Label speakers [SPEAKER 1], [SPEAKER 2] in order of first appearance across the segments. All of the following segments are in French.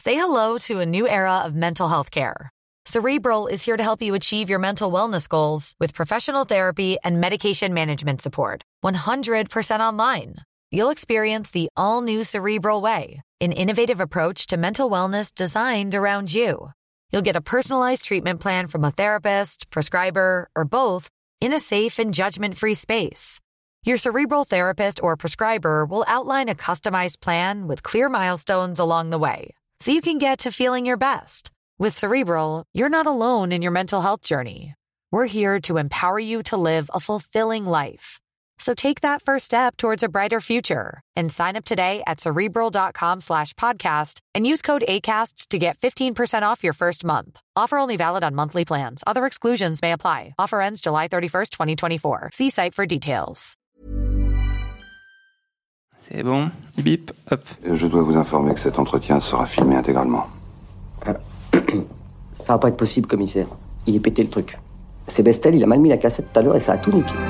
[SPEAKER 1] Say hello to a new era of mental health care. Cerebral is here to help you achieve your mental wellness goals with professional therapy and medication management support. 100% online. You'll experience the all-new Cerebral Way, an innovative approach to mental wellness designed around you. You'll get a personalized treatment plan from a therapist, prescriber, or both in a safe and judgment-free space. Your Cerebral therapist or prescriber will outline a customized plan with clear milestones along the way, so you can get to feeling your best. With Cerebral, you're not alone in your mental health journey. We're here to empower you to live a fulfilling life. So take that first step towards a brighter future and sign up today at Cerebral.com/podcast and use code ACAST to get 15% off your first month. Offer only valid on monthly plans. Other exclusions may apply. Offer ends July 31st, 2024. See site for details.
[SPEAKER 2] C'est bon, bip, hop.
[SPEAKER 3] Je dois vous informer que cet entretien sera filmé intégralement.
[SPEAKER 4] Ça va pas être possible, commissaire. Il est pété le truc. C'est Bestel, il a mal mis la cassette tout à l'heure et ça a tout niqué.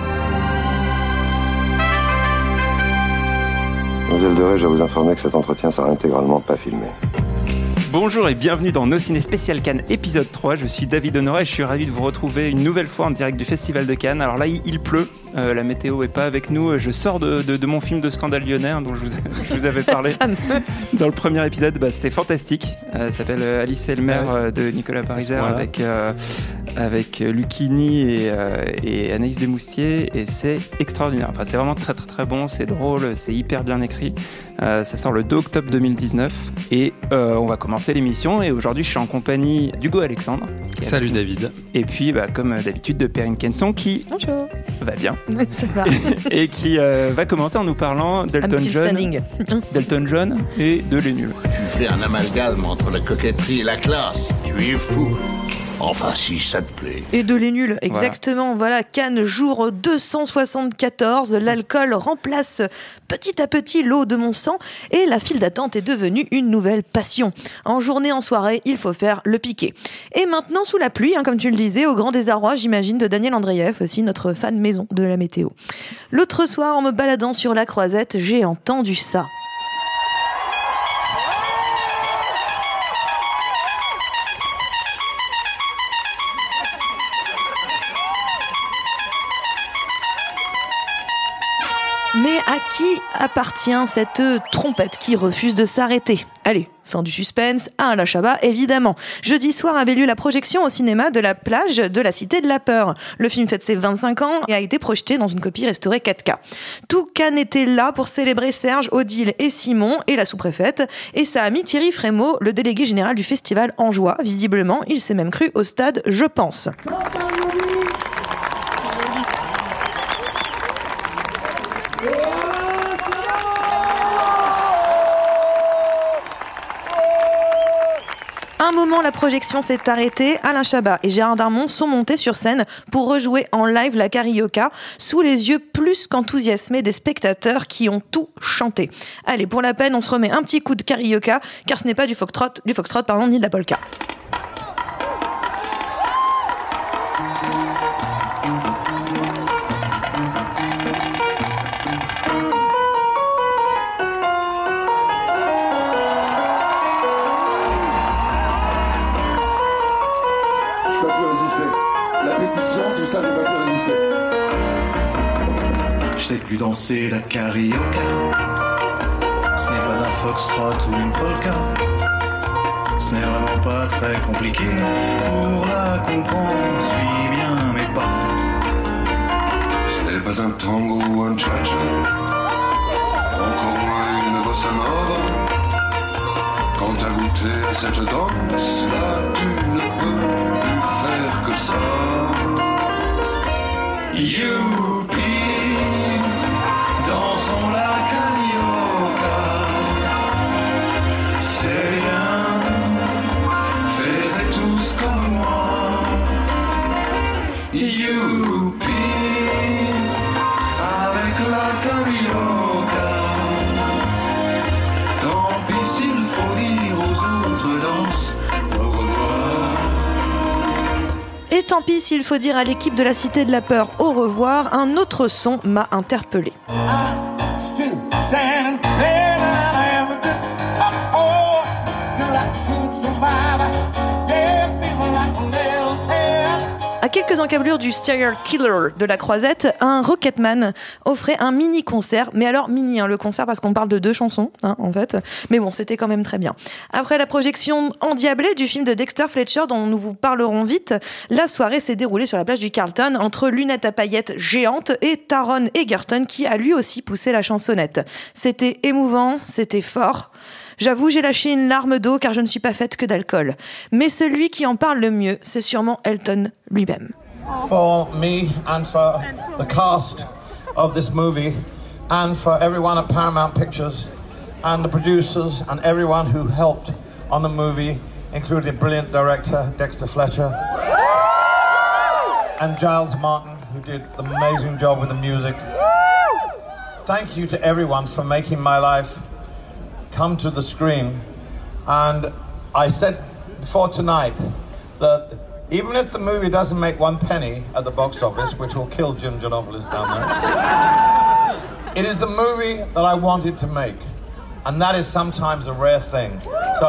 [SPEAKER 3] Mademoiselle Deray, je dois vous informer que cet entretien sera intégralement pas filmé.
[SPEAKER 2] Bonjour et bienvenue dans Nos Ciné Spécial Cannes épisode 3. Je suis David Honorat et je suis ravi de vous retrouver une nouvelle fois en direct du Festival de Cannes. Alors là, il pleut, la météo est pas avec nous. Je sors de mon film de scandale lyonnais dont je vous avais parlé dans le premier épisode. C'était fantastique. Ça s'appelle Alice et le maire de Nicolas Pariser avec Lucchini et Anaïs Desmoustiers et c'est extraordinaire. Enfin, c'est vraiment très très très bon, c'est drôle, c'est hyper bien écrit. Ça sort le 2 octobre 2019 et on va commencer l'émission et aujourd'hui je suis en compagnie d'Hugo Alexandre.
[SPEAKER 5] Salut David.
[SPEAKER 2] Et puis comme d'habitude de Perrine Kenson qui va bien.
[SPEAKER 6] Ça va.
[SPEAKER 2] Et qui va commencer en nous parlant d'Elton John et de Les Nuls.
[SPEAKER 7] Tu fais un amalgame entre la coquetterie et la classe. Tu es fou. Enfin, si ça te plaît.
[SPEAKER 6] Et de Les Nuls, exactement. Voilà, Cannes, jour 274. L'alcool remplace petit à petit l'eau de mon sang et la file d'attente est devenue une nouvelle passion. En journée, en soirée, il faut faire le piqué. Et maintenant, sous la pluie, comme tu le disais, au grand désarroi, j'imagine, de Daniel Andreev, aussi notre fan maison de la météo. L'autre soir, en me baladant sur la Croisette, j'ai entendu ça. Mais à qui appartient cette trompette qui refuse de s'arrêter ? Allez, fin du suspense, à Alain Chabat, évidemment. Jeudi soir avait lieu la projection au cinéma de La plage de la Cité de la Peur. Le film fête ses 25 ans et a été projeté dans une copie restaurée 4K. Tout Cannes était là pour célébrer Serge, Odile et Simon et la sous-préfète. Et ça a mis Thierry Frémaux, le délégué général du festival, en joie. Visiblement, il s'est même cru au stade, je pense. Un moment, la projection s'est arrêtée. Alain Chabat et Gérard Darmon sont montés sur scène pour rejouer en live la Carioca sous les yeux plus qu'enthousiasmés des spectateurs qui ont tout chanté. Allez, pour la peine, on se remet un petit coup de Carioca, car ce n'est pas du foxtrot, ni de la polka.
[SPEAKER 8] Je sais plus danser la carioca. Ce n'est pas un foxtrot ou une polka. Ce n'est vraiment pas très compliqué. Pour la comprendre, suis bien mes pas.
[SPEAKER 3] Ce n'est pas un tango ou un cha-cha. Encore moins une bossa nova. Quand t'as goûté à cette danse, là tu ne peux plus faire que ça.
[SPEAKER 8] Youpi, dansons la carioca. C'est bien, faites tous comme moi. Youpi, avec la carioca. Tant pis s'il faut dire aux autres danses au revoir.
[SPEAKER 6] Et tant pis s'il faut dire à l'équipe de la Cité de la Peur au revoir, un autre son m'a interpellé. À quelques encablures du serial killer de la Croisette, un Rocketman offrait un mini-concert, mais alors mini, le concert parce qu'on parle de 2 chansons, en fait, mais bon, c'était quand même très bien. Après la projection endiablée du film de Dexter Fletcher, dont nous vous parlerons vite, la soirée s'est déroulée sur la plage du Carlton, entre lunettes à paillettes géantes et Taron Egerton, qui a lui aussi poussé la chansonnette. C'était émouvant, c'était fort. J'avoue, j'ai lâché une larme d'eau car je ne suis pas faite que d'alcool. Mais celui qui en parle le mieux, c'est sûrement Elton lui-même.
[SPEAKER 7] For me and for the cast of this movie and for everyone at Paramount Pictures and the producers and everyone who helped on the movie, including the brilliant director Dexter Fletcher and Giles Martin, who did an amazing job with the music. Thank you to everyone for making my life come to the screen. And I said before tonight that even if the movie doesn't make 1 penny at the box office, which will kill Jim Giannopoulos down there, it is the movie that I wanted to make. And that is sometimes a rare thing. So...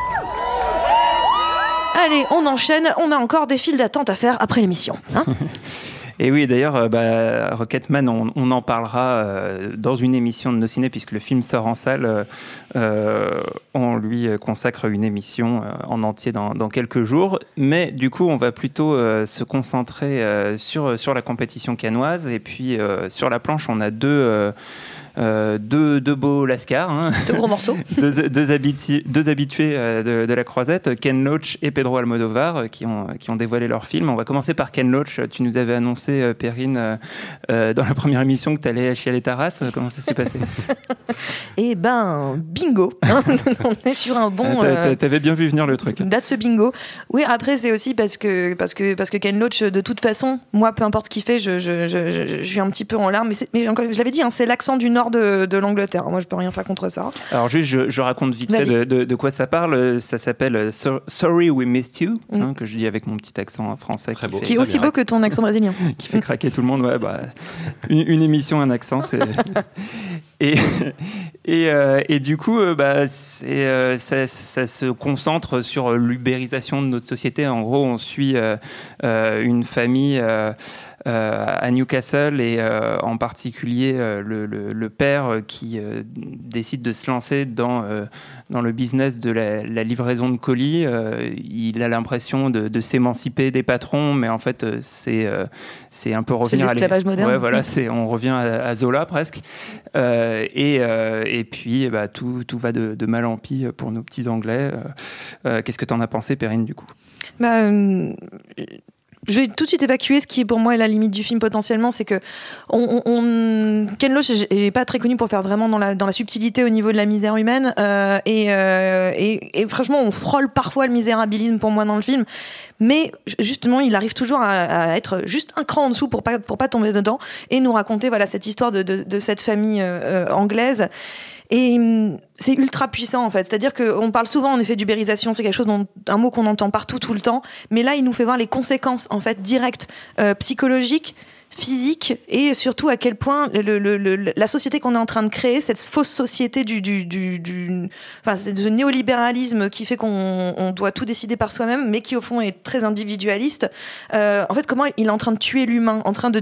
[SPEAKER 6] Allez, on enchaîne, on a encore des files d'attente à faire après l'émission.
[SPEAKER 2] Et oui, d'ailleurs, Rocketman, on en parlera dans une émission de Nos Ciné, puisque le film sort en salle. On lui consacre une émission en entier dans quelques jours. Mais du coup, on va plutôt se concentrer sur la compétition cannoise. Et puis, sur la planche, on a deux beaux lascars,
[SPEAKER 6] 2 gros morceaux,
[SPEAKER 2] deux habitués de la Croisette, Ken Loach et Pedro Almodovar, qui ont dévoilé leur film. On va commencer par Ken Loach. Tu nous avais annoncé, Perrine, dans la première émission que tu allais chialer ta race. Comment ça s'est passé?
[SPEAKER 6] Eh ben, bingo. On est sur un bon...
[SPEAKER 2] T'avais bien vu venir le truc.
[SPEAKER 6] Date ce bingo. Oui, après, c'est aussi parce que Ken Loach, de toute façon, moi, peu importe ce qu'il fait, je suis un petit peu en larmes. Mais encore, je l'avais dit, c'est l'accent du nord de l'Angleterre. Moi, je peux rien faire contre ça.
[SPEAKER 2] Alors juste, je raconte vite fait de quoi ça parle. Ça s'appelle Sorry We Missed You, que je dis avec mon petit accent français. Très beau.
[SPEAKER 6] Qui est aussi beau que ton accent brésilien.
[SPEAKER 2] Qui fait craquer tout le monde. Ouais, une émission, un accent, c'est... Et du coup, ça se concentre sur l'ubérisation de notre société. En gros, on suit une famille... à Newcastle et en particulier le père qui décide de se lancer dans le business de la livraison de colis. Il a l'impression de s'émanciper des patrons, mais en fait c'est un peu revenir
[SPEAKER 6] à l'esclavage moderne.
[SPEAKER 2] Ouais, voilà, on revient à Zola presque. Et puis tout va de mal en pis pour nos petits Anglais. Qu'est-ce que tu en as pensé, Perrine, du coup?
[SPEAKER 6] Je vais tout de suite évacuer ce qui pour moi est la limite du film potentiellement, c'est que Ken Loach est pas très connu pour faire vraiment dans la subtilité au niveau de la misère humaine, et franchement on frôle parfois le misérabilisme pour moi dans le film, mais justement il arrive toujours à être juste un cran en dessous pour pas tomber dedans et nous raconter cette histoire de cette famille anglaise. Et c'est ultra puissant en fait, c'est-à-dire qu'on parle souvent en effet d'ubérisation, c'est quelque chose un mot qu'on entend partout tout le temps, mais là il nous fait voir les conséquences en fait directes, psychologiques, physiques, et surtout à quel point la société qu'on est en train de créer, cette fausse société ce néolibéralisme qui fait qu'on doit tout décider par soi-même, mais qui au fond est très individualiste, en fait comment il est en train de tuer l'humain, en train de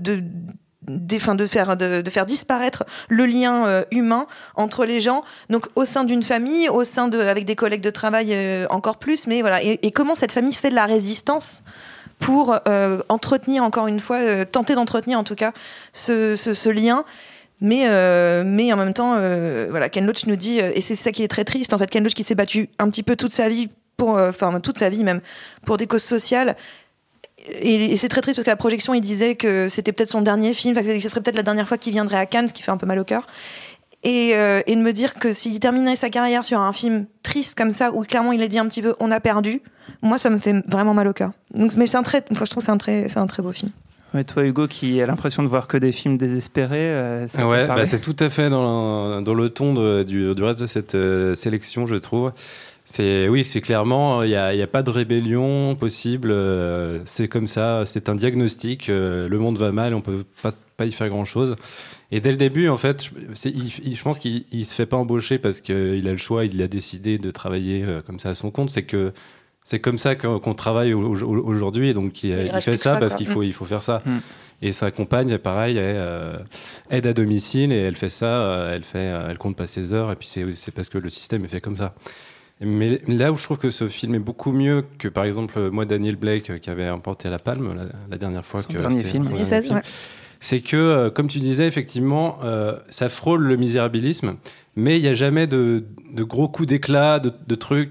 [SPEAKER 6] faire disparaître le lien humain entre les gens, donc au sein d'une famille, avec des collègues de travail encore plus, mais voilà, et comment cette famille fait de la résistance pour entretenir encore une fois, tenter d'entretenir en tout cas ce lien. Mais en même temps, Ken Loach nous dit, et c'est ça qui est très triste en fait, Ken Loach qui s'est battu un petit peu toute sa vie toute sa vie même pour des causes sociales. Et c'est très triste parce qu'à la projection, il disait que c'était peut-être son dernier film, que ce serait peut-être la dernière fois qu'il viendrait à Cannes, ce qui fait un peu mal au cœur. Et de me dire que s'il terminait sa carrière sur un film triste comme ça, où clairement il a dit un petit peu on a perdu, moi ça me fait vraiment mal au cœur. Donc, mais je trouve que c'est un très beau film.
[SPEAKER 2] Ouais, toi Hugo qui a l'impression de voir que des films désespérés,
[SPEAKER 5] c'est tout à fait dans le ton du reste de cette sélection, je trouve. C'est clairement, il y a pas de rébellion possible. C'est comme ça, c'est un diagnostic. Le monde va mal, on peut pas y faire grand-chose. Et dès le début, en fait, je pense qu'il se fait pas embaucher parce qu'il a le choix, il a décidé de travailler comme ça à son compte. C'est comme ça qu'on travaille aujourd'hui, et donc il fait ça parce qu'il faut faire ça. Et sa compagne, pareil, aide à domicile, et elle fait ça, elle compte pas ses heures, et puis c'est parce que le système est fait comme ça. Mais là où je trouve que ce film est beaucoup mieux que, par exemple, moi, Daniel Blake, qui avait remporté la Palme la dernière fois.
[SPEAKER 2] Son dernier film.
[SPEAKER 5] C'est que, comme tu disais, effectivement, ça frôle le misérabilisme, mais il n'y a jamais de gros coups d'éclat, de trucs.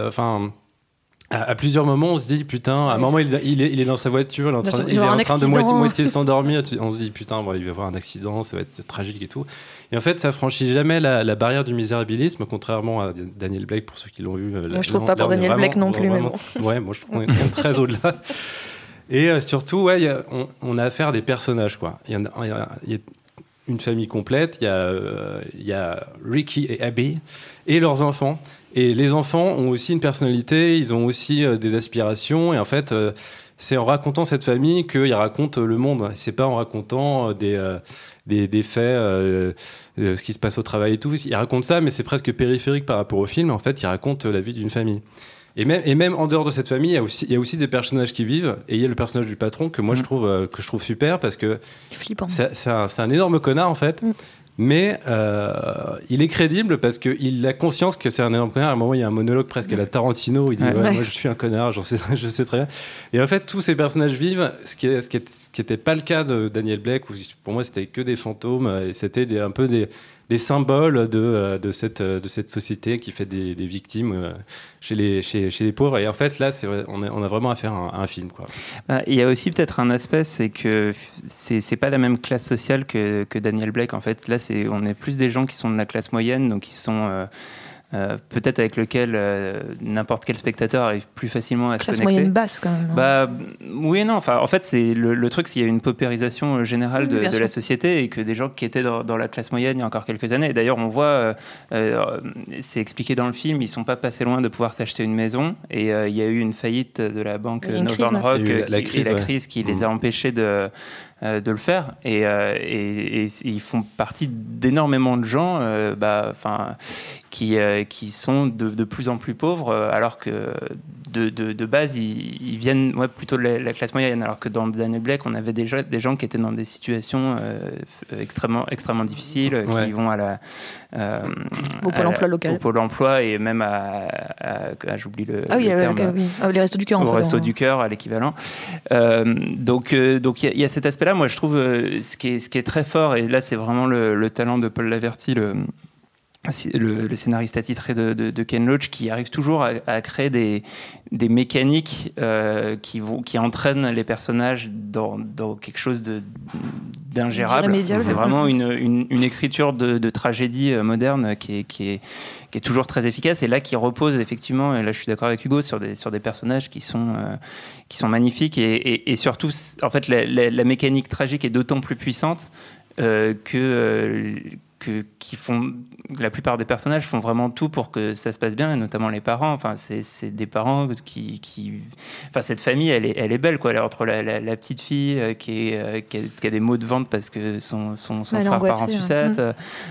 [SPEAKER 5] À plusieurs moments, on se dit, putain, à un moment, il est dans sa voiture, il est en train de moitié s'endormir. On se dit, putain, il va y avoir un accident, ça va être tragique et tout. Et en fait, ça franchit jamais la barrière du misérabilisme, contrairement à Daniel Blake, pour ceux qui l'ont vu.
[SPEAKER 6] Moi, je trouve pas pour Daniel Blake non plus, mais bon.
[SPEAKER 5] Ouais, moi, je trouve qu'on est très au-delà. Et surtout, on a affaire à des personnages, quoi. Il y a une famille complète, il y a Ricky et Abby, et leurs enfants. Et les enfants ont aussi une personnalité, ils ont aussi des aspirations, et en fait, c'est en racontant cette famille qu'ils racontent le monde. C'est pas en racontant des faits, ce qui se passe au travail et tout. Ils racontent ça, mais c'est presque périphérique par rapport au film. En fait, ils racontent la vie d'une famille. Et même en dehors de cette famille, il y a aussi des personnages qui vivent. Et il y a le personnage du patron que moi je trouve super, parce que c'est un énorme connard en fait. Mais il est crédible parce qu'il a conscience que c'est un énorme connard. À un moment, il y a un monologue presque à la Tarantino. Il dit moi je suis un connard, je sais très bien. Et en fait, tous ces personnages vivent, ce qui était pas le cas de Daniel Blake, où pour moi c'était que des fantômes, et c'était un peu des symboles de cette société qui fait des victimes chez les pauvres. Et en fait, là, on a vraiment affaire à un film, quoi.
[SPEAKER 2] Il y a aussi peut-être un aspect, c'est que c'est pas la même classe sociale que Daniel Blake. En fait, là, on est plus des gens qui sont de la classe moyenne, donc qui sont peut-être avec lequel n'importe quel spectateur arrive plus facilement à se connecter.
[SPEAKER 6] Classe moyenne basse quand même.
[SPEAKER 2] Oui et non. Enfin, en fait, c'est le truc, c'est qu'il y a une paupérisation générale de la société, et que des gens qui étaient dans la classe moyenne il y a encore quelques années. Et d'ailleurs, on voit, c'est expliqué dans le film, ils sont pas passés loin de pouvoir s'acheter une maison, et il y a eu une faillite de la banque Northern Rock, la crise qui les a empêchés de le faire, et ils font partie d'énormément de gens qui sont de plus en plus pauvres, alors que de base ils viennent plutôt de la classe moyenne, alors que dans Daniel Blake on avait déjà des gens qui étaient dans des situations extrêmement difficiles, qui vont
[SPEAKER 6] au pôle emploi local,
[SPEAKER 2] au pôle emploi, et même j'oublie le terme,
[SPEAKER 6] les restos du cœur,
[SPEAKER 2] au resto du cœur, à l'équivalent. Donc il y a cet aspect-là. Moi je trouve ce qui est très fort, et là c'est vraiment le talent de Paul Laverty, le scénariste attitré de Ken Loach, qui arrive toujours à créer des mécaniques qui entraînent les personnages dans quelque chose d'ingérable. C'est vraiment une écriture de tragédie moderne qui est toujours très efficace, et là qui repose effectivement, et là je suis d'accord avec Hugo, sur des personnages qui sont magnifiques, et surtout en fait la mécanique tragique est d'autant plus puissante qui font, la plupart des personnages font vraiment tout pour que ça se passe bien, et notamment les parents. Enfin, c'est des parents enfin, cette famille, elle est belle, quoi. Entre la petite fille qui a des maux de ventre parce que son frère part en sucette,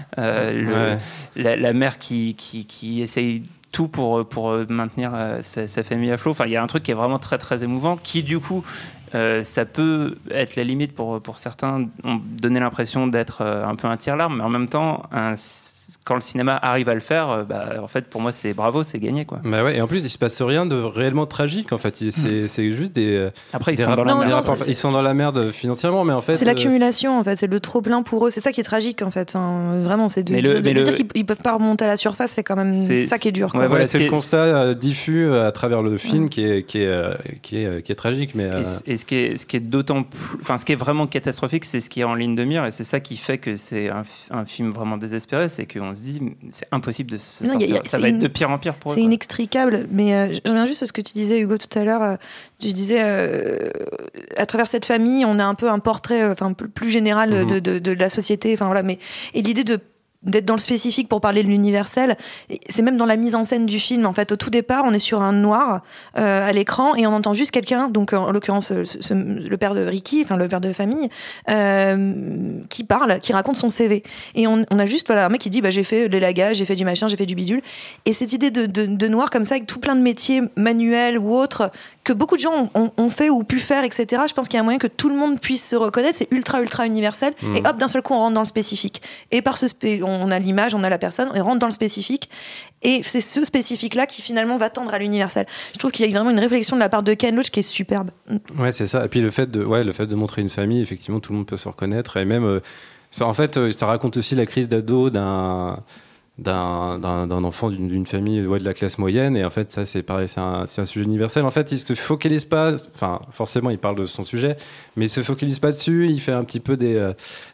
[SPEAKER 2] la mère qui essaye tout pour maintenir sa famille à flot. Enfin, il y a un truc qui est vraiment très très émouvant, qui du coup ça peut être la limite pour certains, donner l'impression d'être un peu un tire-larme, mais en même temps, quand le cinéma arrive à le faire, en fait, pour moi, c'est bravo, c'est gagné, quoi.
[SPEAKER 5] Bah ouais, et en plus, il se passe rien de réellement tragique, en fait. C'est juste des.
[SPEAKER 2] Après, ils
[SPEAKER 5] sont dans la merde financièrement, mais en fait.
[SPEAKER 6] C'est l'accumulation, en fait. C'est le trop plein pour eux. C'est ça qui est tragique, en fait. Vraiment, c'est de dire qu'ils peuvent pas remonter à la surface, c'est quand même ça qui est dur, quoi.
[SPEAKER 5] Ouais, voilà, c'est le constat diffus à travers le film qui est tragique, mais.
[SPEAKER 2] Et ce qui est d'autant plus, enfin, ce qui est vraiment catastrophique, c'est ce qui est en ligne de mire, et c'est ça qui fait que c'est un film vraiment désespéré, c'est qu'on se dit c'est impossible de se sortir. Ça va être de pire en pire pour eux.
[SPEAKER 6] C'est inextricable, mais je reviens juste à ce que tu disais, Hugo, tout à l'heure. Tu disais à travers cette famille, on a un peu un portrait plus général de la société. Enfin voilà, et l'idée de d'être dans le spécifique pour parler de l'universel. C'est même dans la mise en scène du film. En fait, au tout départ, on est sur un noir à l'écran et on entend juste quelqu'un, donc en l'occurrence le père de Ricky, enfin le père de famille, qui parle, qui raconte son CV. Et on a juste un mec qui dit j'ai fait de l'élagage, j'ai fait du machin, j'ai fait du bidule. Et cette idée de noir comme ça, avec tout plein de métiers manuels ou autres que beaucoup de gens ont fait ou pu faire, etc. Je pense qu'il y a un moyen que tout le monde puisse se reconnaître. C'est ultra universel. Et hop, d'un seul coup, on rentre dans le spécifique. Et par on a l'image, on a la personne, on rentre dans le spécifique. Et c'est ce spécifique-là qui finalement va tendre à l'universel. Je trouve qu'il y a vraiment une réflexion de la part de Ken Loach qui est superbe.
[SPEAKER 5] Ouais, c'est ça. Et puis le fait de montrer une famille, effectivement, tout le monde peut se reconnaître. Et même, ça raconte aussi la crise d'ado d'un enfant d'une famille de la classe moyenne. Et en fait, ça, c'est pareil, c'est un sujet universel. En fait, il se focalise pas, enfin, forcément, il parle de son sujet, mais il se focalise pas dessus. Il fait un petit peu des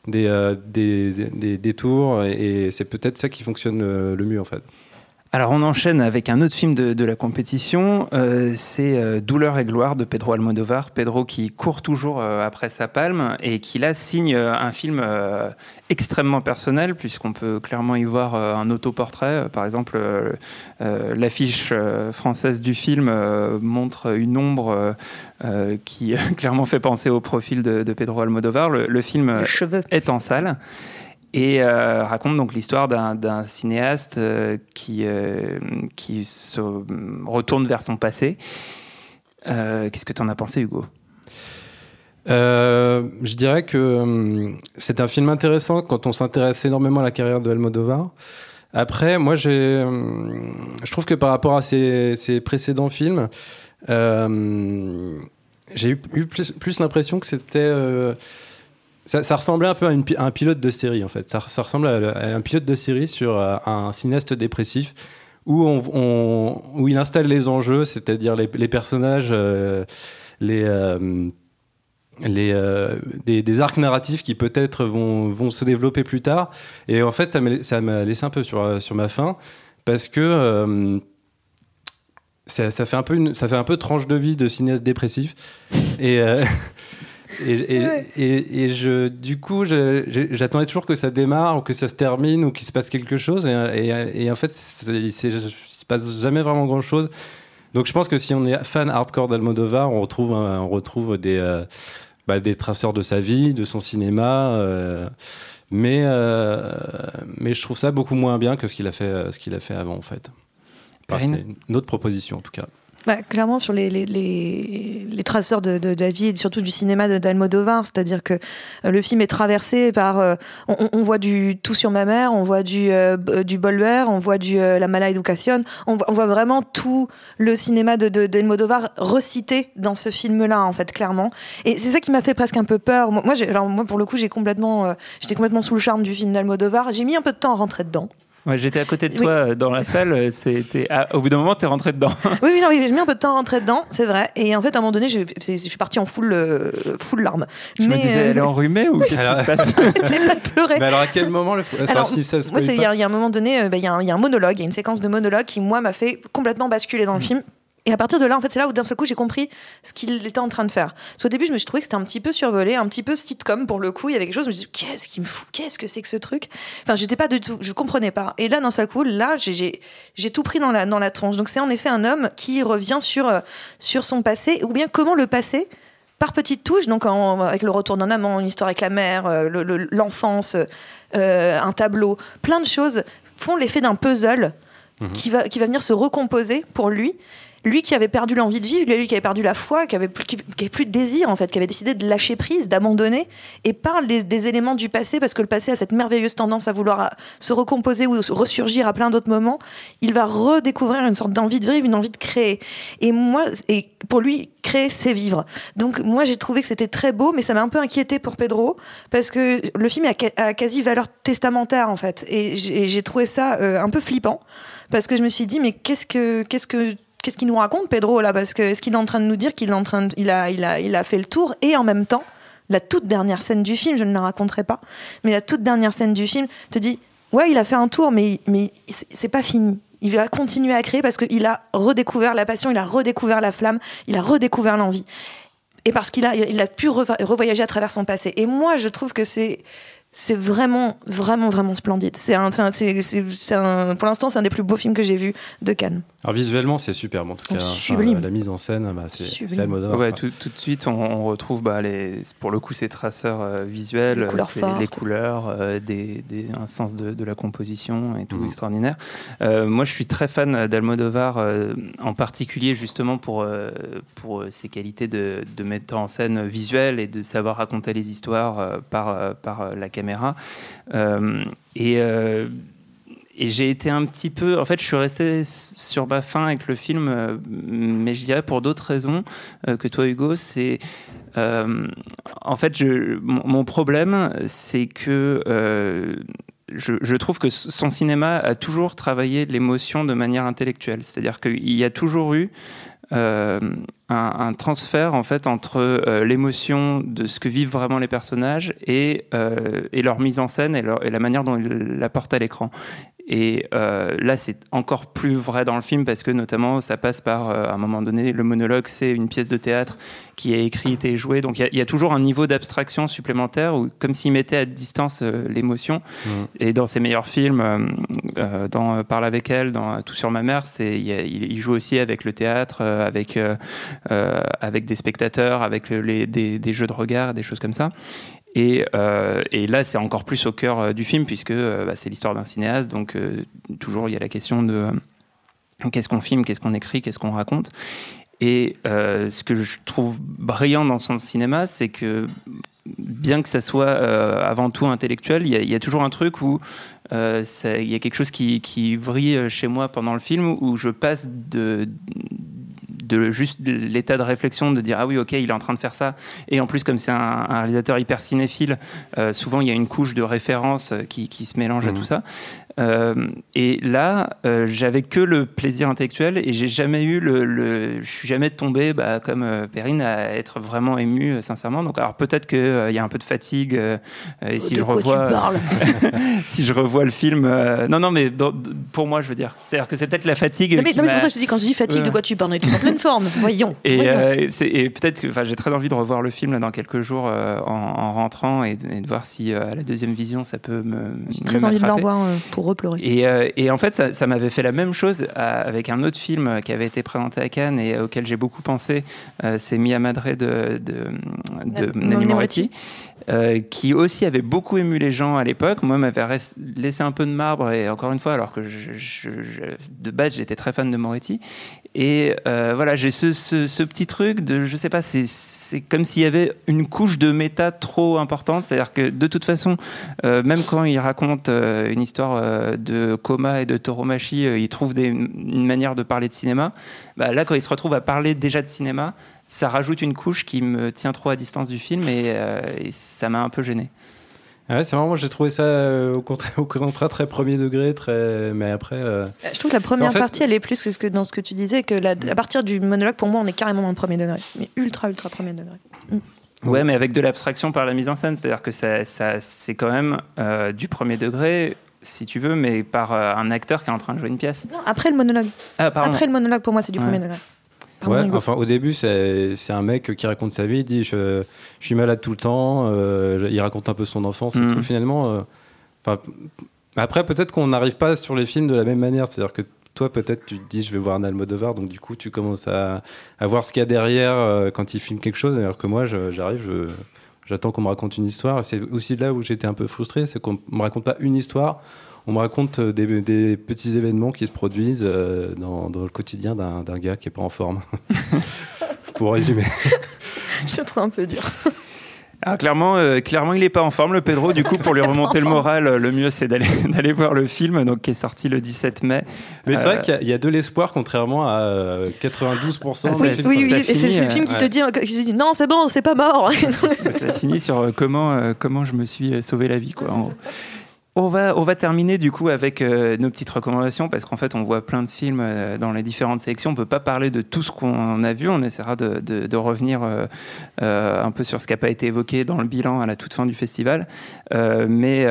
[SPEAKER 5] détours, et c'est peut-être ça qui fonctionne le mieux, en fait.
[SPEAKER 2] Alors on enchaîne avec un autre film de la compétition, c'est Douleur et gloire de Pedro Almodóvar. Pedro qui court toujours après sa palme et qui là signe un film extrêmement personnel, puisqu'on peut clairement y voir un autoportrait. Par exemple, l'affiche française du film montre une ombre qui clairement fait penser au profil de Pedro Almodóvar. Le film est en salle. Et raconte donc l'histoire d'un cinéaste qui se retourne vers son passé. Qu'est-ce que tu en as pensé, Hugo ?
[SPEAKER 5] Je dirais que c'est un film intéressant quand on s'intéresse énormément à la carrière de Almodóvar. Après, moi, je trouve que par rapport à ses précédents films, j'ai eu plus l'impression que c'était... Ça ressemblait un peu à un pilote de série, en fait. Ça ressemble à un pilote de série sur un cinéaste dépressif où il installe les enjeux, c'est-à-dire les personnages, des arcs narratifs qui peut-être vont se développer plus tard. Et en fait, ça m'a laissé un peu sur ma faim, parce que ça fait un peu tranche de vie de cinéaste dépressif. Du coup, j'attendais toujours que ça démarre ou que ça se termine ou qu'il se passe quelque chose. Et en fait, il se passe jamais vraiment grand-chose. Donc, je pense que si on est fan hardcore d'Almodóvar, on retrouve des traceurs de sa vie, de son cinéma. Mais je trouve ça beaucoup moins bien que ce qu'il a fait avant, en fait. Enfin, c'est une autre proposition, en tout cas.
[SPEAKER 6] Clairement, sur les traceurs de la vie et surtout du cinéma d'Almodóvar, c'est-à-dire que le film est traversé par... on voit du Tout sur ma mère, on voit du Bolwer, on voit La mala educación, on voit vraiment tout le cinéma d'Almodóvar recité dans ce film-là, en fait, clairement. Et c'est ça qui m'a fait presque un peu peur. Moi, pour le coup, j'étais complètement sous le charme du film d'Almodóvar. J'ai mis un peu de temps à rentrer dedans.
[SPEAKER 2] Ouais, j'étais à côté de toi dans la salle. Au bout d'un moment, t'es rentré dedans.
[SPEAKER 6] Oui, j'ai mis un peu de temps à rentrer dedans, c'est vrai. Et en fait, à un moment donné, je suis partie en full larmes.
[SPEAKER 2] Je me disais, elle est enrhumée ou qu'est-ce qui se passe ?
[SPEAKER 6] J'arrêtais pas de pleurer.
[SPEAKER 5] Mais alors, à quel moment
[SPEAKER 6] il y a un moment donné, il y a un monologue, il y a une séquence de monologue qui, moi, m'a fait complètement basculer dans le film. Et à partir de là, en fait, c'est là où d'un seul coup, j'ai compris ce qu'il était en train de faire. Parce qu'au début, je me suis trouvé que c'était un petit peu survolé, un petit peu sitcom pour le coup. Il y avait quelque chose, je me suis dit, qu'est-ce qui me fout ? Qu'est-ce que c'est que ce truc ? Enfin, j'étais pas du tout, je comprenais pas. Et là, d'un seul coup, j'ai tout pris dans la tronche. Donc, c'est en effet un homme qui revient sur son passé, ou bien comment le passé, par petites touches, donc avec le retour d'un amant, une histoire avec la mère, l'enfance, un tableau, plein de choses font l'effet d'un puzzle qui va venir se recomposer pour lui. Lui qui avait perdu l'envie de vivre, lui qui avait perdu la foi, qui avait plus de désir en fait, qui avait décidé de lâcher prise, d'abandonner, et parle des éléments du passé, parce que le passé a cette merveilleuse tendance à vouloir se recomposer ou ressurgir à plein d'autres moments. Il va redécouvrir une sorte d'envie de vivre, une envie de créer. Et pour lui, créer, c'est vivre. Donc moi, j'ai trouvé que c'était très beau, mais ça m'a un peu inquiétée pour Pedro, parce que le film a quasi valeur testamentaire en fait. Et j'ai trouvé ça un peu flippant, parce que je me suis dit, mais qu'est-ce qu'il nous raconte, Pedro, là ? Parce que est-ce qu'il est en train de nous dire qu'il a fait le tour, et en même temps, la toute dernière scène du film, je ne la raconterai pas, mais la toute dernière scène du film te dit, ouais, il a fait un tour, mais c'est pas fini. Il va continuer à créer parce qu'il a redécouvert la passion, il a redécouvert la flamme, il a redécouvert l'envie. Et parce qu'il a pu revoyager à travers son passé. Et moi, je trouve que c'est c'est vraiment, vraiment, vraiment splendide. Pour l'instant, c'est un des plus beaux films que j'ai vus de Cannes.
[SPEAKER 5] Alors visuellement, c'est superbe en tout cas.
[SPEAKER 6] Sublime.
[SPEAKER 5] La mise en scène, c'est Almodovar.
[SPEAKER 2] Ouais, tout de suite, on retrouve pour le coup ces traceurs visuels, les couleurs, un sens de la composition et tout extraordinaire. Moi, je suis très fan d'Almodovar, en particulier justement pour ses qualités de metteur en scène visuel et de savoir raconter les histoires par la caméra. Et j'ai été un petit peu... En fait, je suis resté sur ma faim avec le film, mais je dirais pour d'autres raisons que toi, Hugo. C'est... en fait, mon problème, c'est que... Je trouve que son cinéma a toujours travaillé l'émotion de manière intellectuelle. C'est-à-dire qu'il y a toujours eu un transfert en fait entre l'émotion de ce que vivent vraiment les personnages et leur mise en scène et la manière dont ils la portent à l'écran. Et là, c'est encore plus vrai dans le film parce que notamment, ça passe par, à un moment donné, le monologue, c'est une pièce de théâtre qui est écrite et jouée. Donc, il y a toujours un niveau d'abstraction supplémentaire, comme s'il mettait à distance l'émotion. Et dans ses meilleurs films, dans Parle avec elle, dans Tout sur ma mère, il joue aussi avec le théâtre, avec des spectateurs, avec des jeux de regard, des choses comme ça. Et là, c'est encore plus au cœur du film, puisque c'est l'histoire d'un cinéaste. Donc, toujours, il y a la question de qu'est-ce qu'on filme, qu'est-ce qu'on écrit, qu'est-ce qu'on raconte. Et ce que je trouve brillant dans son cinéma, c'est que, bien que ça soit avant tout intellectuel, il y a toujours un truc où il y a quelque chose qui vrille chez moi pendant le film, où je passe de juste l'état de réflexion de dire ah oui ok il est en train de faire ça, et en plus comme c'est un réalisateur hyper cinéphile, souvent il y a une couche de référence qui se mélange à tout ça, et là j'avais que le plaisir intellectuel et j'ai jamais eu je suis jamais tombé comme Perrine à être vraiment ému sincèrement. Donc alors peut-être qu'il y a un peu de fatigue et si je revois si je revois le film non mais pour moi je veux dire c'est-à-dire que c'est peut-être la fatigue
[SPEAKER 6] mais c'est pour ça que je te dis, quand je dis fatigue, de quoi tu parles? On est tous en pleine forme, voyons. Et
[SPEAKER 2] peut-être que j'ai très envie de revoir le film là, dans quelques jours en rentrant et de voir si à la deuxième vision ça peut
[SPEAKER 6] j'ai très envie de le revoir pour repleurer.
[SPEAKER 2] Et en fait ça m'avait fait la même chose avec un autre film qui avait été présenté à Cannes et auquel j'ai beaucoup pensé, c'est Mia Madre de Nanni Moretti. Qui aussi avait beaucoup ému les gens à l'époque. Moi, m'avait laissé un peu de marbre, et encore une fois, alors que de base, j'étais très fan de Moretti. Et voilà, j'ai ce petit truc de, je sais pas, c'est comme s'il y avait une couche de méta trop importante. C'est-à-dire que de toute façon, même quand il raconte une histoire de coma et de tauromachie, il trouve une manière de parler de cinéma. Là, quand il se retrouve à parler déjà de cinéma, ça rajoute une couche qui me tient trop à distance du film et ça m'a un peu gêné.
[SPEAKER 5] Ouais, c'est vraiment, moi j'ai trouvé ça au contraire très premier degré, mais après...
[SPEAKER 6] Je trouve que la première partie, elle est plus que dans ce que tu disais, que à partir du monologue, pour moi, on est carrément dans le premier degré, mais ultra premier degré.
[SPEAKER 2] Ouais, mais avec de l'abstraction par la mise en scène, c'est-à-dire que ça c'est quand même du premier degré, si tu veux, mais par un acteur qui est en train de jouer une pièce.
[SPEAKER 6] Non, après le monologue.
[SPEAKER 2] Ah, pardon.
[SPEAKER 6] Après le monologue, pour moi, c'est du premier degré.
[SPEAKER 5] Ouais, enfin au début c'est un mec qui raconte sa vie, il dit je suis malade tout le temps, il raconte un peu son enfance et tout, finalement. Après peut-être qu'on n'arrive pas sur les films de la même manière, c'est-à-dire que toi peut-être tu te dis je vais voir un Almodovar, donc du coup tu commences à voir ce qu'il y a derrière quand il filme quelque chose, alors que moi j'arrive, j'attends qu'on me raconte une histoire, et c'est aussi là où j'étais un peu frustré, c'est qu'on me raconte pas une histoire. On me raconte des petits événements qui se produisent dans le quotidien d'un gars qui n'est pas en forme. Pour résumer.
[SPEAKER 6] Je te trouve un peu dur.
[SPEAKER 2] Alors clairement, il n'est pas en forme, le Pedro. Du coup, pour lui remonter le moral, le mieux, c'est d'aller voir le film, donc, qui est sorti le 17 mai.
[SPEAKER 5] Mais c'est vrai qu'il y a de l'espoir, contrairement à 92%.
[SPEAKER 6] Oui, et c'est le film qui te dit non, c'est bon, c'est pas mort.
[SPEAKER 2] Ça finit sur comment je me suis sauvé la vie, quoi. On va terminer du coup avec nos petites recommandations, parce qu'en fait on voit plein de films dans les différentes sélections. On peut pas parler de tout ce qu'on a vu, on essaiera de revenir un peu sur ce qui n'a pas été évoqué dans le bilan à la toute fin du festival, mais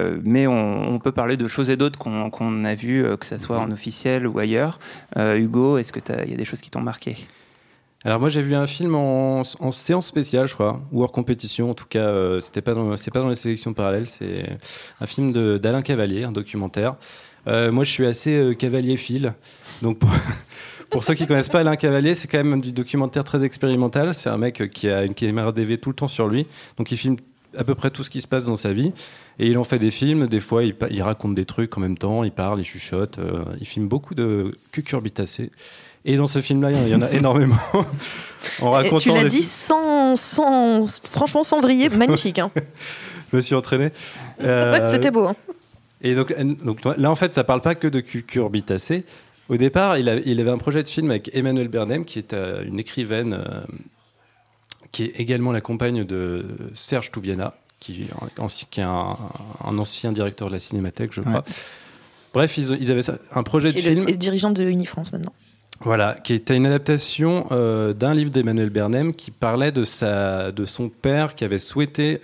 [SPEAKER 2] on peut parler de choses et d'autres qu'on a vues, que ça soit en officiel ou ailleurs. Hugo, est-ce que il y a des choses qui t'ont marqué?
[SPEAKER 5] Alors moi j'ai vu un film en séance spéciale, je crois, ou hors compétition. En tout cas, c'est pas dans les sélections parallèles. C'est un film d'Alain Cavalier, un documentaire. Moi je suis assez cavalier-phile, donc pour ceux qui connaissent pas Alain Cavalier, c'est quand même du documentaire très expérimental. C'est un mec qui a une caméra DV tout le temps sur lui, donc il filme à peu près tout ce qui se passe dans sa vie. Et il en fait des films, des fois il raconte des trucs en même temps, il parle, il chuchote, il filme beaucoup de cucurbitacées. Et dans ce film-là, il y en a énormément. En racontant
[SPEAKER 6] tu l'as dit franchement sans vriller, magnifique. Hein.
[SPEAKER 5] Je me suis entraîné.
[SPEAKER 6] Ouais, c'était beau. Hein.
[SPEAKER 5] Et donc là, en fait, ça parle pas que de cucurbitacées. Au départ, il avait un projet de film avec Emmanuelle Bernheim, qui est une écrivaine qui est également la compagne de Serge Toubiana, qui est un ancien directeur de la Cinémathèque, je crois. Ouais. Bref, ils avaient un projet de film.
[SPEAKER 6] Et dirigeant de Unifrance maintenant.
[SPEAKER 5] Voilà, qui était une adaptation d'un livre d'Emmanuelle Bernheim qui parlait de son père qui avait souhaité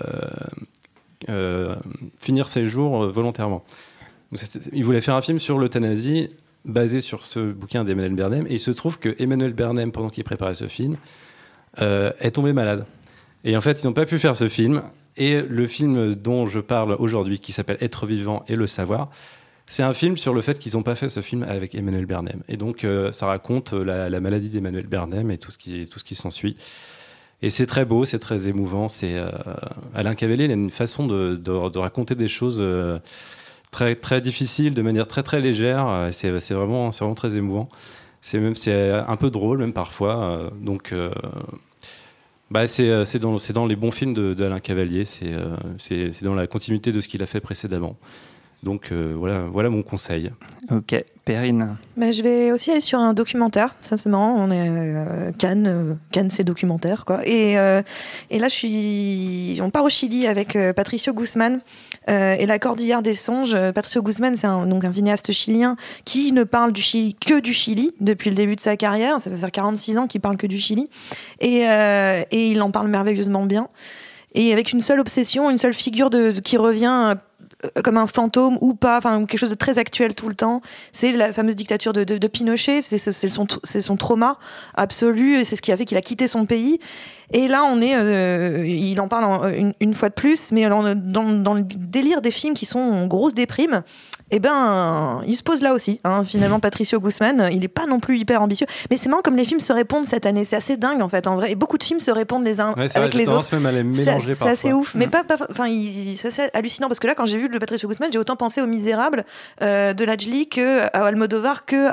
[SPEAKER 5] finir ses jours volontairement. Donc, il voulait faire un film sur l'euthanasie basé sur ce bouquin d'Emmanuelle Bernheim, et il se trouve que Emmanuelle Bernheim, pendant qu'il préparait ce film, est tombée malade. Et en fait, ils n'ont pas pu faire ce film, et le film dont je parle aujourd'hui, qui s'appelle Être vivant et le savoir, c'est un film sur le fait qu'ils n'ont pas fait ce film avec Emmanuelle Bernheim. Et donc, ça raconte la maladie d'Emmanuelle Bernheim et tout ce qui s'ensuit. Et c'est très beau, c'est très émouvant. Alain Cavalier, il a une façon de raconter des choses très, très difficiles, de manière très, très légère. C'est vraiment très émouvant. C'est un peu drôle, même parfois. C'est dans les bons films d'Alain Cavalier. C'est dans la continuité de ce qu'il a fait précédemment. Donc voilà mon conseil.
[SPEAKER 2] Ok, Perrine.
[SPEAKER 6] Je vais aussi aller sur un documentaire. Ça c'est marrant. On est Cannes c'est documentaire quoi. Et là on part au Chili avec Patricio Guzmán et la Cordillère des songes. Patricio Guzmán, c'est un cinéaste chilien qui ne parle que du Chili depuis le début de sa carrière. Ça va faire 46 ans qu'il parle que du Chili et il en parle merveilleusement bien. Et avec une seule obsession, une seule figure qui revient comme un fantôme ou pas, enfin quelque chose de très actuel tout le temps. C'est la fameuse dictature de Pinochet. C'est son trauma absolu. Et c'est ce qui a fait qu'il a quitté son pays. Et là, il en parle une fois de plus, mais dans le délire des films qui sont en grosse déprime. Il se pose là aussi. Finalement, Patricio Guzmán, il n'est pas non plus hyper ambitieux. Mais c'est marrant comme les films se répondent cette année. C'est assez dingue en fait, en vrai. Et beaucoup de films se répondent les uns avec les autres.
[SPEAKER 5] Même à les mélanger
[SPEAKER 6] c'est assez ouf. Mais c'est assez hallucinant parce que là, quand j'ai vu le Patricio Guzmán, j'ai autant pensé aux Misérables de Lajli que à Almodovar que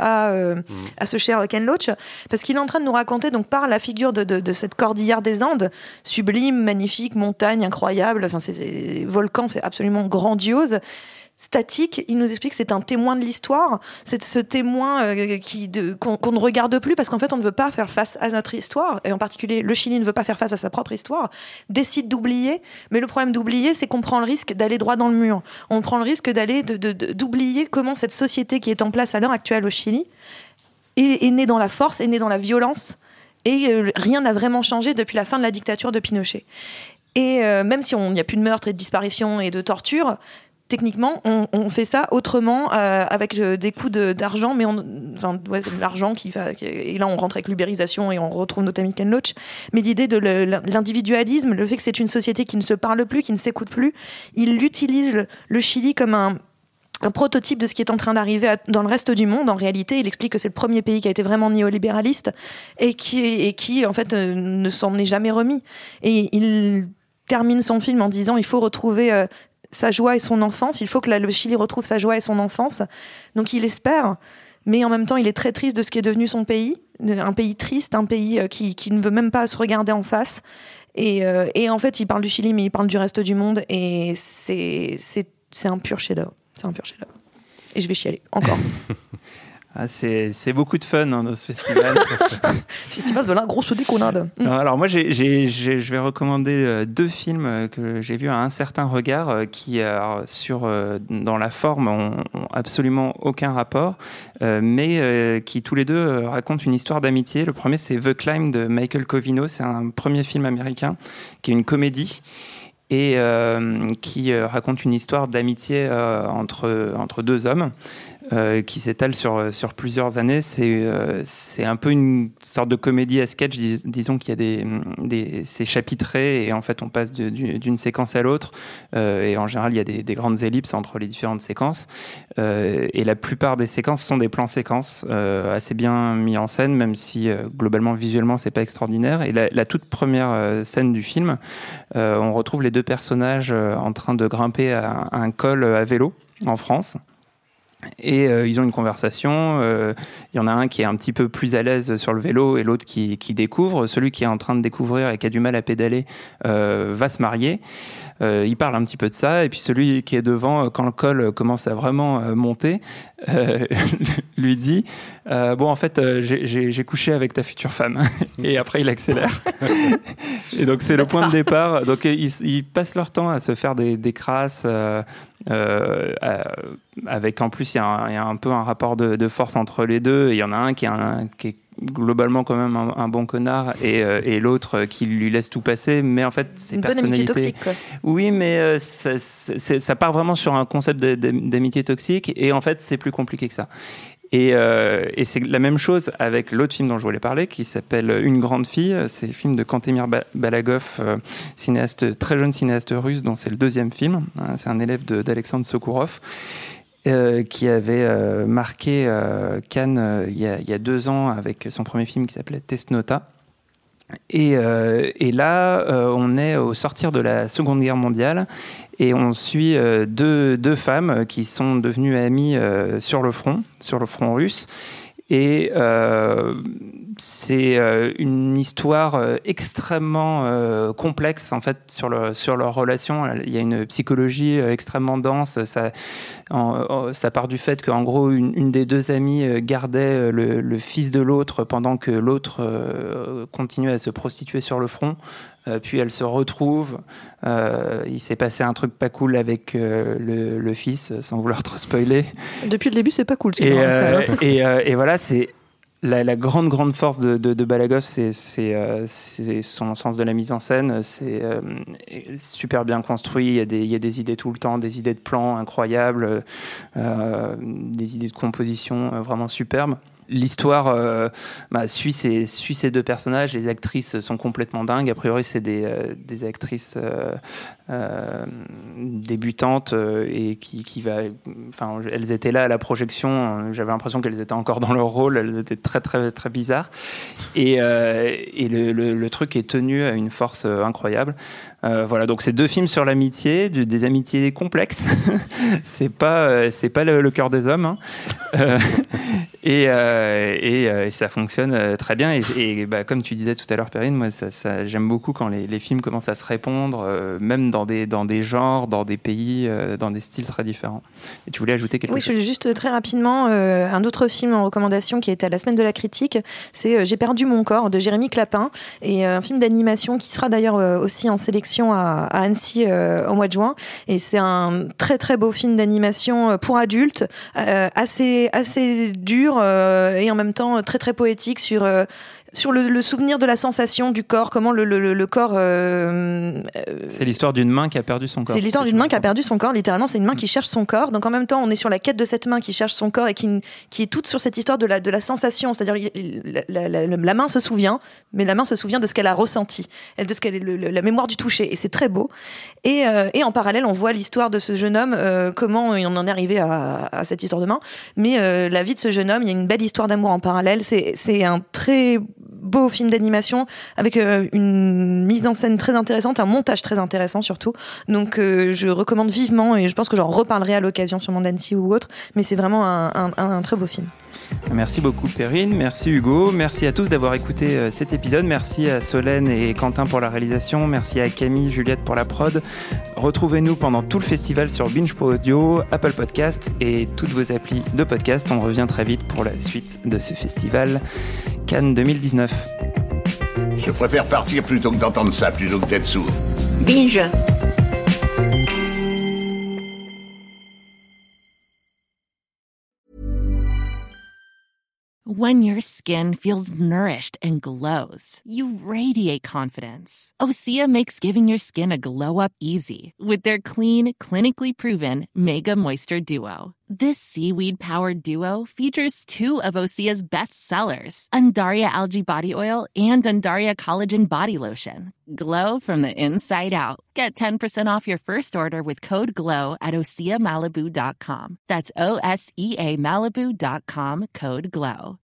[SPEAKER 6] à ce cher Ken Loach, parce qu'il est en train de nous raconter donc par la figure de cette cordillère des Andes, sublime, magnifique, montagne incroyable. Enfin, c'est volcan, c'est absolument grandiose. Statique, il nous explique que c'est un témoin de l'histoire, c'est ce témoin qu'on ne regarde plus parce qu'en fait on ne veut pas faire face à notre histoire, et en particulier le Chili ne veut pas faire face à sa propre histoire, décide d'oublier, mais le problème d'oublier c'est qu'on prend le risque d'aller droit dans le mur, on prend le risque d'oublier comment cette société qui est en place à l'heure actuelle au Chili est née dans la force, est née dans la violence, et rien n'a vraiment changé depuis la fin de la dictature de Pinochet. Et même si il n'y a plus de meurtres et de disparitions et de tortures, techniquement, on fait ça autrement, avec des coûts d'argent, mais c'est l'argent qui va. Et là, on rentre avec l'ubérisation et on retrouve notre ami Ken Loach. Mais l'idée de l'individualisme, le fait que c'est une société qui ne se parle plus, qui ne s'écoute plus, il utilise le Chili comme un prototype de ce qui est en train d'arriver dans le reste du monde. En réalité, il explique que c'est le premier pays qui a été vraiment néolibéraliste et qui en fait, ne s'en est jamais remis. Et il termine son film en disant il faut retrouver sa joie et son enfance, il faut que le Chili retrouve sa joie et son enfance. Donc il espère, mais en même temps il est très triste de ce qui est devenu son pays, un pays triste, un pays qui ne veut même pas se regarder en face. Et en fait il parle du Chili, mais il parle du reste du monde, et c'est un pur chef-d'œuvre. C'est un pur chef-d'œuvre. Et je vais chialer, encore.
[SPEAKER 2] C'est beaucoup de fun dans ce festival.
[SPEAKER 6] Festival de la grosse déconnade.
[SPEAKER 2] Alors moi, je vais recommander 2 films que j'ai vus à un certain regard qui, dans la forme, ont absolument aucun rapport, mais qui tous les deux racontent une histoire d'amitié. Le premier, c'est The Climb de Michael Covino. C'est un premier film américain qui est une comédie et qui raconte une histoire d'amitié entre 2 hommes. qui s'étale sur plusieurs années. C'est un peu une sorte de comédie à sketch, disons qu'il y a c'est chapitré et en fait on passe d'une séquence à l'autre et en général il y a des grandes ellipses entre les différentes séquences et la plupart des séquences sont des plans séquences assez bien mis en scène, même si globalement visuellement c'est pas extraordinaire. Et la toute première scène du film, on retrouve les deux personnages en train de grimper à un col à vélo en France. Et ils ont une conversation. Il y en a un qui est un petit peu plus à l'aise sur le vélo et l'autre qui découvre. Celui qui est en train de découvrir et qui a du mal à pédaler va se marier. Il parle un petit peu de ça. Et puis celui qui est devant, quand le col commence à vraiment monter, lui dit bon, en fait, j'ai couché avec ta future femme. Et après, il accélère. Et donc, c'est le point de départ. Donc, ils passent leur temps à se faire des crasses. Avec en plus il y a un peu un rapport de force entre les deux. Il y en a un qui est globalement quand même un bon connard et l'autre qui lui laisse tout passer, mais en fait c'est une bonne amitié toxique, quoi. Oui, mais ça part vraiment sur un concept d'amitié toxique et en fait c'est plus compliqué que ça. Et c'est la même chose avec l'autre film dont je voulais parler, qui s'appelle Une grande fille. C'est le film de Kantemir Balagov, très jeune cinéaste russe, dont c'est le deuxième film. C'est un élève d'Alexandre Sokourov, qui avait marqué Cannes il y a 2 ans avec son premier film qui s'appelait Testnota. Et là, on est au sortir de la Seconde Guerre mondiale et on suit deux femmes qui sont devenues amies sur le front russe. Et c'est une histoire extrêmement complexe en fait sur leur relation. Il y a une psychologie extrêmement dense. Ça part du fait qu'en gros une des deux amies gardait le fils de l'autre pendant que l'autre continuait à se prostituer sur le front. Puis elle se retrouve. Il s'est passé un truc pas cool avec le fils, sans vouloir trop spoiler.
[SPEAKER 6] Depuis le début, c'est pas cool.
[SPEAKER 2] Et voilà, c'est la grande force de Balagov, c'est son sens de la mise en scène. C'est super bien construit. Il y a des idées tout le temps, des idées de plans incroyables, des idées de composition vraiment superbes. L'histoire suit ces deux personnages. Les actrices sont complètement dingues. A priori, c'est des actrices débutantes et elles étaient là à la projection. J'avais l'impression qu'elles étaient encore dans leur rôle. Elles étaient très très très bizarres. Et le truc est tenu à une force incroyable. Voilà, donc c'est 2 films sur l'amitié, des amitiés complexes. c'est pas le cœur des hommes, hein. Et ça fonctionne très bien. Et comme tu disais tout à l'heure, Perrine, moi j'aime beaucoup quand les films commencent à se répondre, même dans des genres, dans des pays, dans des styles très différents. Et tu voulais ajouter quelque chose ?
[SPEAKER 6] Oui, je voulais juste très rapidement un autre film en recommandation qui était à la semaine de la critique, c'est J'ai perdu mon corps de Jérémy Clapin, et un film d'animation qui sera d'ailleurs aussi en sélection à Annecy au mois de juin. Et c'est un très très beau film d'animation pour adultes, assez dur et en même temps très très poétique sur le souvenir de la sensation du corps, comment le corps...
[SPEAKER 2] C'est l'histoire d'une main qui a perdu son corps.
[SPEAKER 6] C'est l'histoire d'une main qui a perdu son corps, littéralement, c'est une main qui cherche son corps. Donc en même temps, on est sur la quête de cette main qui cherche son corps et qui est toute sur cette histoire de la sensation. C'est-à-dire la main se souvient, mais la main se souvient de ce qu'elle a ressenti, de ce qu'elle est la mémoire du toucher. Et c'est très beau. Et en parallèle, on voit l'histoire de ce jeune homme, comment on en est arrivé à cette histoire de main. Mais la vie de ce jeune homme, il y a une belle histoire d'amour en parallèle. C'est un très beau film d'animation avec une mise en scène très intéressante, un montage très intéressant surtout. Donc je recommande vivement, et je pense que j'en reparlerai à l'occasion sur d'Annecy ou autre, mais c'est vraiment un très beau film.
[SPEAKER 2] Merci beaucoup Perrine, merci Hugo, merci à tous d'avoir écouté cet épisode, merci à Solène et Quentin pour la réalisation, merci à Camille, Juliette pour la prod. Retrouvez-nous pendant tout le festival sur Binge.Pro Audio, Apple Podcast et toutes vos applis de podcast. On revient très vite pour la suite de ce festival Cannes 2019.
[SPEAKER 9] Je préfère partir plutôt que d'entendre ça, plutôt que d'être sourd.
[SPEAKER 10] Binge.
[SPEAKER 11] When your skin feels nourished and glows, you radiate confidence. Osea makes giving your skin a glow-up easy with their clean, clinically proven Mega Moisture Duo. This seaweed-powered duo features 2 of Osea's best sellers, Undaria Algae Body Oil and Undaria Collagen Body Lotion. Glow from the inside out. Get 10% off your first order with code GLOW at OseaMalibu.com. That's OSEA Malibu.com, code GLOW.